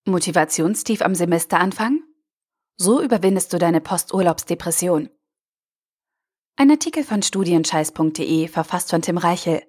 Motivationstief am Semesteranfang? So überwindest du deine Posturlaubsdepression. Ein Artikel von studienscheiß.de, verfasst von Tim Reichel.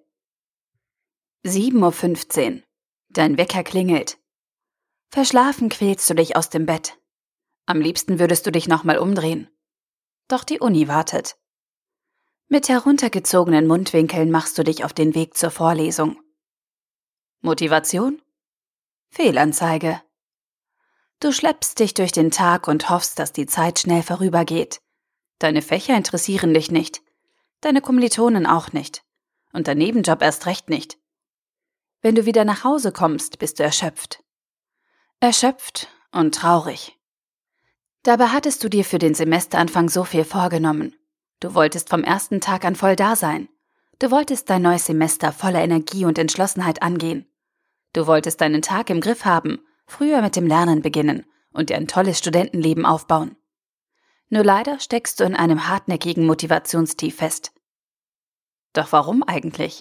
7:15 Uhr. Dein Wecker klingelt. Verschlafen quälst du dich aus dem Bett. Am liebsten würdest du dich nochmal umdrehen. Doch die Uni wartet. Mit heruntergezogenen Mundwinkeln machst du dich auf den Weg zur Vorlesung. Motivation? Fehlanzeige. Du schleppst dich durch den Tag und hoffst, dass die Zeit schnell vorübergeht. Deine Fächer interessieren dich nicht. Deine Kommilitonen auch nicht. Und dein Nebenjob erst recht nicht. Wenn du wieder nach Hause kommst, bist du erschöpft. Erschöpft und traurig. Dabei hattest du dir für den Semesteranfang so viel vorgenommen. Du wolltest vom ersten Tag an voll da sein. Du wolltest dein neues Semester voller Energie und Entschlossenheit angehen. Du wolltest deinen Tag im Griff haben, früher mit dem Lernen beginnen und dir ein tolles Studentenleben aufbauen. Nur leider steckst du in einem hartnäckigen Motivationstief fest. Doch warum eigentlich?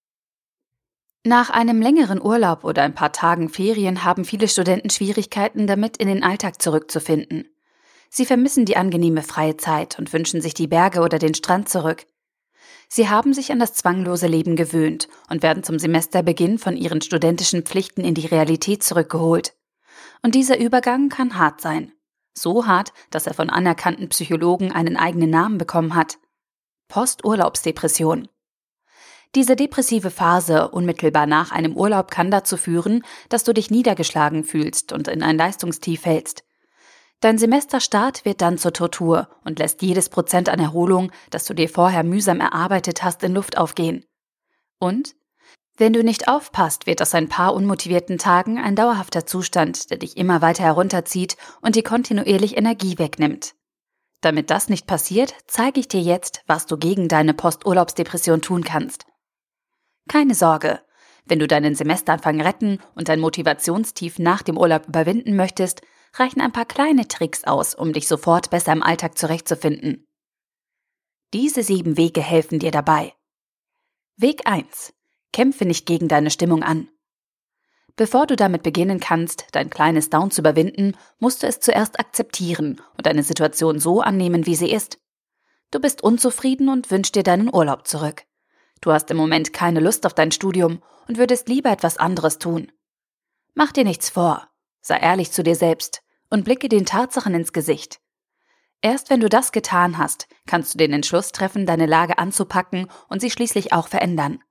Nach einem längeren Urlaub oder ein paar Tagen Ferien haben viele Studenten Schwierigkeiten damit, in den Alltag zurückzufinden. Sie vermissen die angenehme freie Zeit und wünschen sich die Berge oder den Strand zurück. Sie haben sich an das zwanglose Leben gewöhnt und werden zum Semesterbeginn von ihren studentischen Pflichten in die Realität zurückgeholt. Und dieser Übergang kann hart sein. So hart, dass er von anerkannten Psychologen einen eigenen Namen bekommen hat. Posturlaubsdepression. Diese depressive Phase unmittelbar nach einem Urlaub kann dazu führen, dass du dich niedergeschlagen fühlst und in ein Leistungstief fällst. Dein Semesterstart wird dann zur Tortur und lässt jedes Prozent an Erholung, das du dir vorher mühsam erarbeitet hast, in Luft aufgehen. Und? Wenn du nicht aufpasst, wird aus ein paar unmotivierten Tagen ein dauerhafter Zustand, der dich immer weiter herunterzieht und dir kontinuierlich Energie wegnimmt. Damit das nicht passiert, zeige ich dir jetzt, was du gegen deine Posturlaubsdepression tun kannst. Keine Sorge, wenn du deinen Semesteranfang retten und dein Motivationstief nach dem Urlaub überwinden möchtest, reichen ein paar kleine Tricks aus, um dich sofort besser im Alltag zurechtzufinden. Diese 7 Wege helfen dir dabei. Weg 1. Kämpfe nicht gegen deine Stimmung an. Bevor du damit beginnen kannst, dein kleines Down zu überwinden, musst du es zuerst akzeptieren und deine Situation so annehmen, wie sie ist. Du bist unzufrieden und wünschst dir deinen Urlaub zurück. Du hast im Moment keine Lust auf dein Studium und würdest lieber etwas anderes tun. Mach dir nichts vor. Sei ehrlich zu dir selbst und blicke den Tatsachen ins Gesicht. Erst wenn du das getan hast, kannst du den Entschluss treffen, deine Lage anzupacken und sie schließlich auch verändern.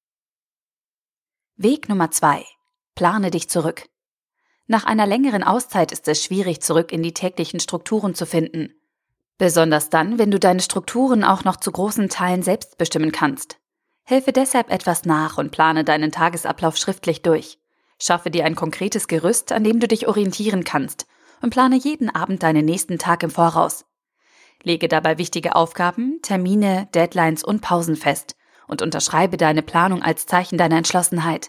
Weg Nummer 2. Plane dich zurück. Nach einer längeren Auszeit ist es schwierig, zurück in die täglichen Strukturen zu finden. Besonders dann, wenn du deine Strukturen auch noch zu großen Teilen selbst bestimmen kannst. Helfe deshalb etwas nach und plane deinen Tagesablauf schriftlich durch. Schaffe dir ein konkretes Gerüst, an dem du dich orientieren kannst und plane jeden Abend deinen nächsten Tag im Voraus. Lege dabei wichtige Aufgaben, Termine, Deadlines und Pausen fest und unterschreibe deine Planung als Zeichen deiner Entschlossenheit.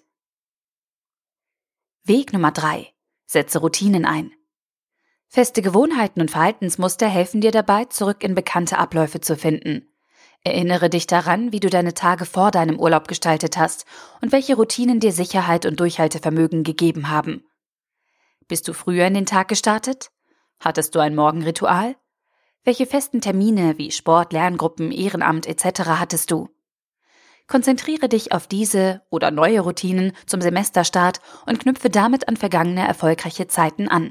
Weg Nummer 3. Setze Routinen ein. Feste Gewohnheiten und Verhaltensmuster helfen dir dabei, zurück in bekannte Abläufe zu finden. Erinnere dich daran, wie du deine Tage vor deinem Urlaub gestaltet hast und welche Routinen dir Sicherheit und Durchhaltevermögen gegeben haben. Bist du früher in den Tag gestartet? Hattest du ein Morgenritual? Welche festen Termine wie Sport, Lerngruppen, Ehrenamt etc. hattest du? Konzentriere dich auf diese oder neue Routinen zum Semesterstart und knüpfe damit an vergangene erfolgreiche Zeiten an.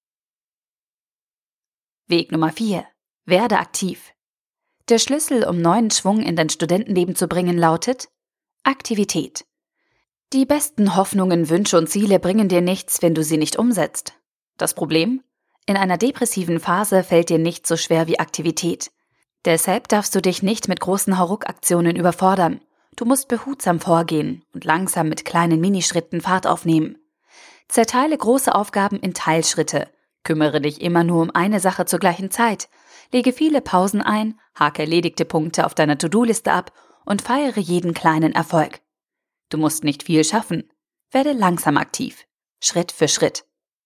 Weg Nummer 4. Werde aktiv. Der Schlüssel, um neuen Schwung in dein Studentenleben zu bringen, lautet Aktivität. Die besten Hoffnungen, Wünsche und Ziele bringen dir nichts, wenn du sie nicht umsetzt. Das Problem? In einer depressiven Phase fällt dir nichts so schwer wie Aktivität. Deshalb darfst du dich nicht mit großen Hauruck-Aktionen überfordern. Du musst behutsam vorgehen und langsam mit kleinen Minischritten Fahrt aufnehmen. Zerteile große Aufgaben in Teilschritte. Kümmere dich immer nur um eine Sache zur gleichen Zeit. Lege viele Pausen ein, hake erledigte Punkte auf deiner To-Do-Liste ab und feiere jeden kleinen Erfolg. Du musst nicht viel schaffen. Werde langsam aktiv. Schritt für Schritt.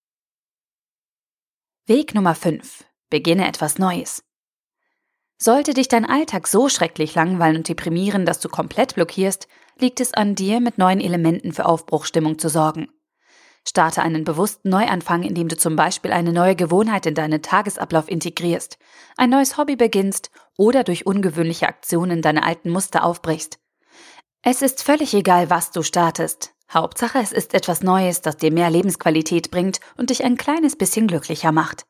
Weg Nummer 5. Beginne etwas Neues. Sollte dich dein Alltag so schrecklich langweilen und deprimieren, dass du komplett blockierst, liegt es an dir, mit neuen Elementen für Aufbruchstimmung zu sorgen. Starte einen bewussten Neuanfang, indem du zum Beispiel eine neue Gewohnheit in deinen Tagesablauf integrierst, ein neues Hobby beginnst oder durch ungewöhnliche Aktionen deine alten Muster aufbrichst. Es ist völlig egal, was du startest. Hauptsache, es ist etwas Neues, das dir mehr Lebensqualität bringt und dich ein kleines bisschen glücklicher macht.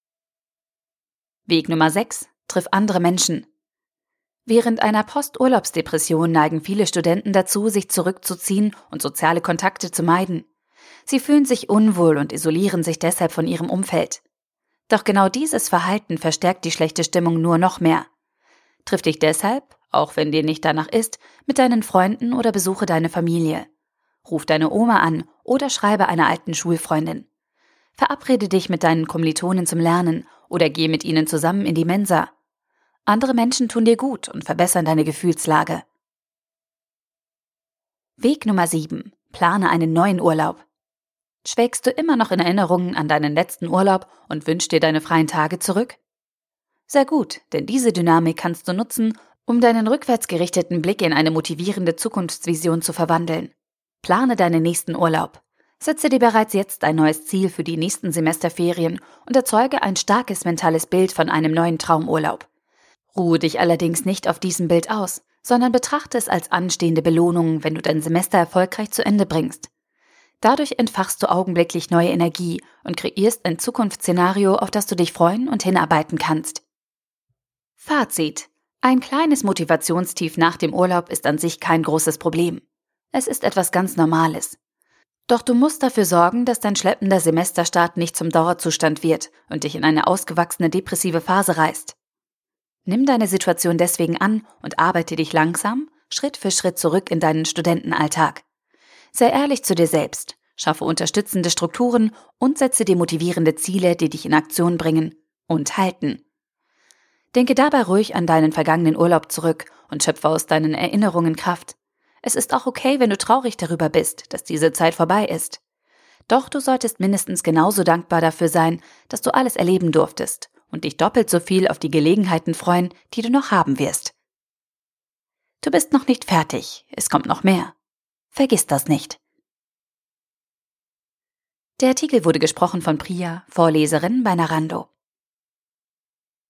Weg Nummer 6. Triff andere Menschen. Während einer Posturlaubsdepression neigen viele Studenten dazu, sich zurückzuziehen und soziale Kontakte zu meiden. Sie fühlen sich unwohl und isolieren sich deshalb von ihrem Umfeld. Doch genau dieses Verhalten verstärkt die schlechte Stimmung nur noch mehr. Triff dich deshalb, auch wenn dir nicht danach ist, mit deinen Freunden oder besuche deine Familie. Ruf deine Oma an oder schreibe einer alten Schulfreundin. Verabrede dich mit deinen Kommilitonen zum Lernen oder geh mit ihnen zusammen in die Mensa. Andere Menschen tun dir gut und verbessern deine Gefühlslage. Weg Nummer 7. Plane einen neuen Urlaub. Schwelgst du immer noch in Erinnerungen an deinen letzten Urlaub und wünschst dir deine freien Tage zurück? Sehr gut, denn diese Dynamik kannst du nutzen, um deinen rückwärtsgerichteten Blick in eine motivierende Zukunftsvision zu verwandeln. Plane deinen nächsten Urlaub. Setze dir bereits jetzt ein neues Ziel für die nächsten Semesterferien und erzeuge ein starkes mentales Bild von einem neuen Traumurlaub. Ruhe dich allerdings nicht auf diesem Bild aus, sondern betrachte es als anstehende Belohnung, wenn du dein Semester erfolgreich zu Ende bringst. Dadurch entfachst du augenblicklich neue Energie und kreierst ein Zukunftsszenario, auf das du dich freuen und hinarbeiten kannst. Fazit: Ein kleines Motivationstief nach dem Urlaub ist an sich kein großes Problem. Es ist etwas ganz Normales. Doch du musst dafür sorgen, dass dein schleppender Semesterstart nicht zum Dauerzustand wird und dich in eine ausgewachsene depressive Phase reißt. Nimm deine Situation deswegen an und arbeite dich langsam, Schritt für Schritt zurück in deinen Studentenalltag. Sei ehrlich zu dir selbst, schaffe unterstützende Strukturen und setze dir motivierende Ziele, die dich in Aktion bringen und halten. Denke dabei ruhig an deinen vergangenen Urlaub zurück und schöpfe aus deinen Erinnerungen Kraft. Es ist auch okay, wenn du traurig darüber bist, dass diese Zeit vorbei ist. Doch du solltest mindestens genauso dankbar dafür sein, dass du alles erleben durftest und dich doppelt so viel auf die Gelegenheiten freuen, die du noch haben wirst. Du bist noch nicht fertig, es kommt noch mehr. Vergiss das nicht. Der Artikel wurde gesprochen von Priya, Vorleserin bei Narando.